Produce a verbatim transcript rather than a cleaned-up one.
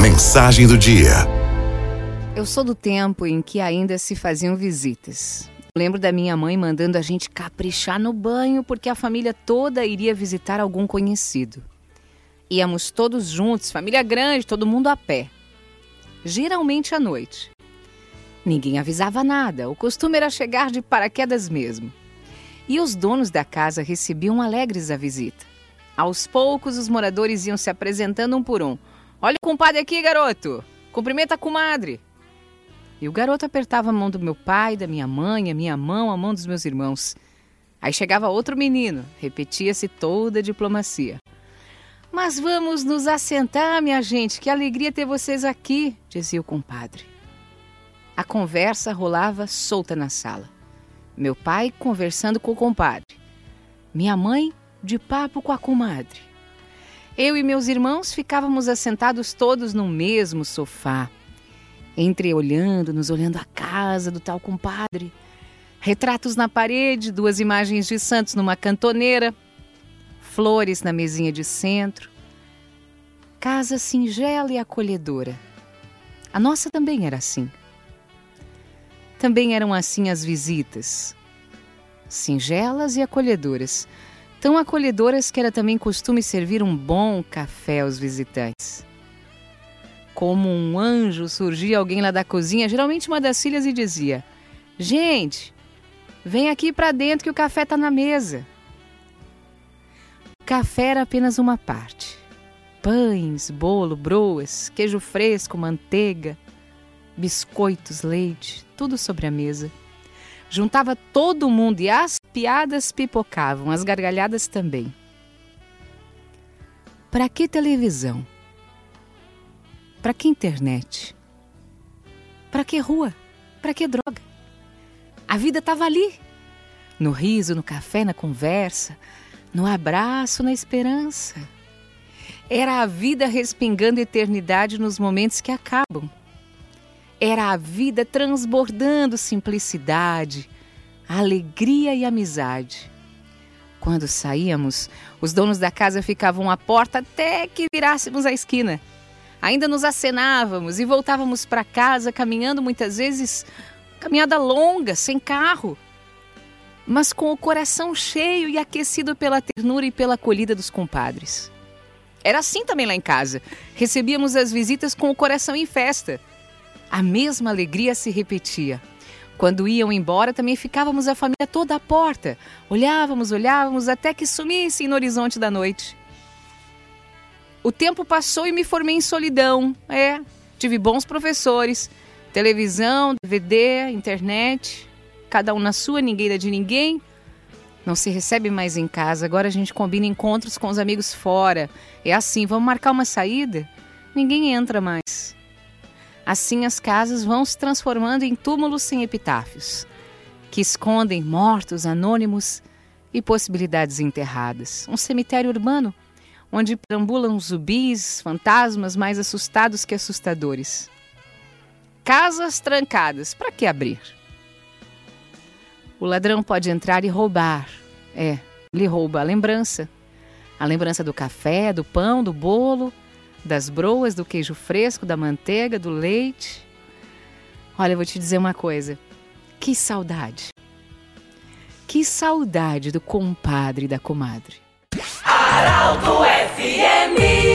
Mensagem do dia. Eu sou do tempo em que ainda se faziam visitas. Lembro da minha mãe mandando a gente caprichar no banho porque a família toda iria visitar algum conhecido. Íamos todos juntos, família grande, todo mundo a pé. Geralmente à noite. Ninguém avisava nada, o costume era chegar de paraquedas mesmo. E os donos da casa recebiam alegres a visita. Aos poucos, os moradores iam se apresentando um por um. Olha o compadre aqui, garoto! Cumprimenta a comadre! E o garoto apertava a mão do meu pai, da minha mãe, a minha mão, a mão dos meus irmãos. Aí chegava outro menino, repetia-se toda a diplomacia. Mas vamos nos assentar, minha gente, que alegria ter vocês aqui, dizia o compadre. A conversa rolava solta na sala. Meu pai conversando com o compadre. Minha mãe de papo com a comadre. Eu e meus irmãos ficávamos assentados todos no mesmo sofá. Entreolhando, nos olhando a casa do tal compadre. Retratos na parede, duas imagens de santos numa cantoneira. Flores na mesinha de centro. Casa singela e acolhedora. A nossa também era assim. Também eram assim as visitas. Singelas e acolhedoras. Tão acolhedoras que era também costume servir um bom café aos visitantes. Como um anjo, surgia alguém lá da cozinha, geralmente uma das filhas, e dizia: gente, vem aqui para dentro que o café está na mesa. O café era apenas uma parte. Pães, bolo, broas, queijo fresco, manteiga, biscoitos, leite, tudo sobre a mesa. Juntava todo mundo e as piadas pipocavam, as gargalhadas também. Para que televisão? Para que internet? Para que rua? Para que droga? A vida estava ali. No riso, no café, na conversa, no abraço, na esperança. Era a vida respingando eternidade nos momentos que acabam. Era a vida transbordando simplicidade, alegria e amizade. Quando saíamos, os donos da casa ficavam à porta até que virássemos a esquina. Ainda nos acenávamos e voltávamos para casa, caminhando muitas vezes, caminhada longa, sem carro, mas com o coração cheio e aquecido pela ternura e pela acolhida dos compadres. Era assim também lá em casa. Recebíamos as visitas com o coração em festa. A mesma alegria se repetia. Quando iam embora, também ficávamos a família toda à porta. Olhávamos, olhávamos, até que sumissem no horizonte da noite. O tempo passou e me formei em solidão. É, tive bons professores, televisão, D V D, internet, cada um na sua, ninguém era de ninguém. Não se recebe mais em casa, agora a gente combina encontros com os amigos fora. É assim, vamos marcar uma saída? Ninguém entra mais. Assim as casas vão se transformando em túmulos sem epitáfios, que escondem mortos anônimos e possibilidades enterradas. Um cemitério urbano, onde perambulam zumbis, fantasmas mais assustados que assustadores. Casas trancadas, para que abrir? O ladrão pode entrar e roubar. É, lhe rouba a lembrança. A lembrança do café, do pão, do bolo, das broas, do queijo fresco, da manteiga, do leite. Olha, eu vou te dizer uma coisa. Que saudade. Que saudade do compadre e da comadre. Arauto F M